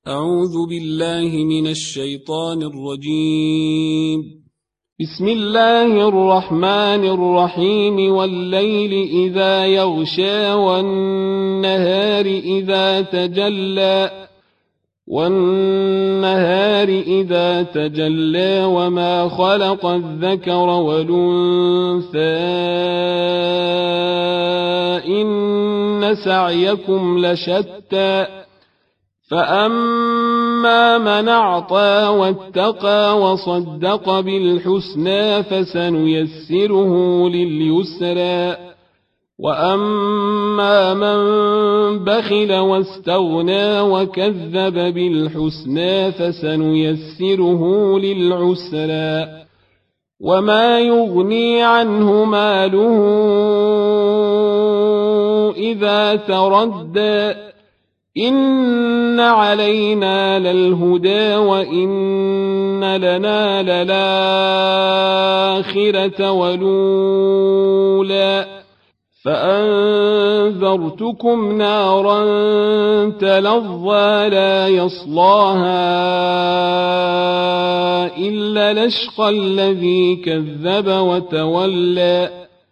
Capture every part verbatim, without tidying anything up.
أعوذ بالله من الشيطان الرجيم. بسم الله الرحمن الرحيم. والليل إذا يغشى والنهار إذا تجلى والنهار إذا تجلى وما خلق الذكر والأنثى إن سعيكم لشتى فأما من أعطى واتقى وصدق بالحسنى فسنيسره لليسرى وأما من بخل واستغنى وكذب بالحسنى فسنيسره للعسرى وما يغني عنه ماله إذا تردى إن علينا للهدى وإن لنا للآخرة والأولى فأنذرتكم نارا تلظى لا يصلاها إلا الأشقى الذي كذب وتولى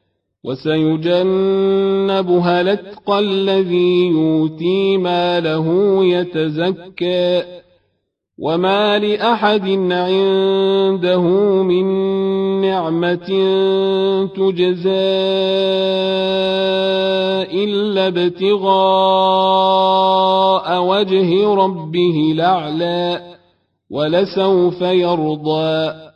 وسيجنبها الأتقى الذي يؤتي ماله يتزكى وما لأحد عنده من نعمة تجزى إلا ابتغاء وجه ربه الأعلى ولسوف يرضى.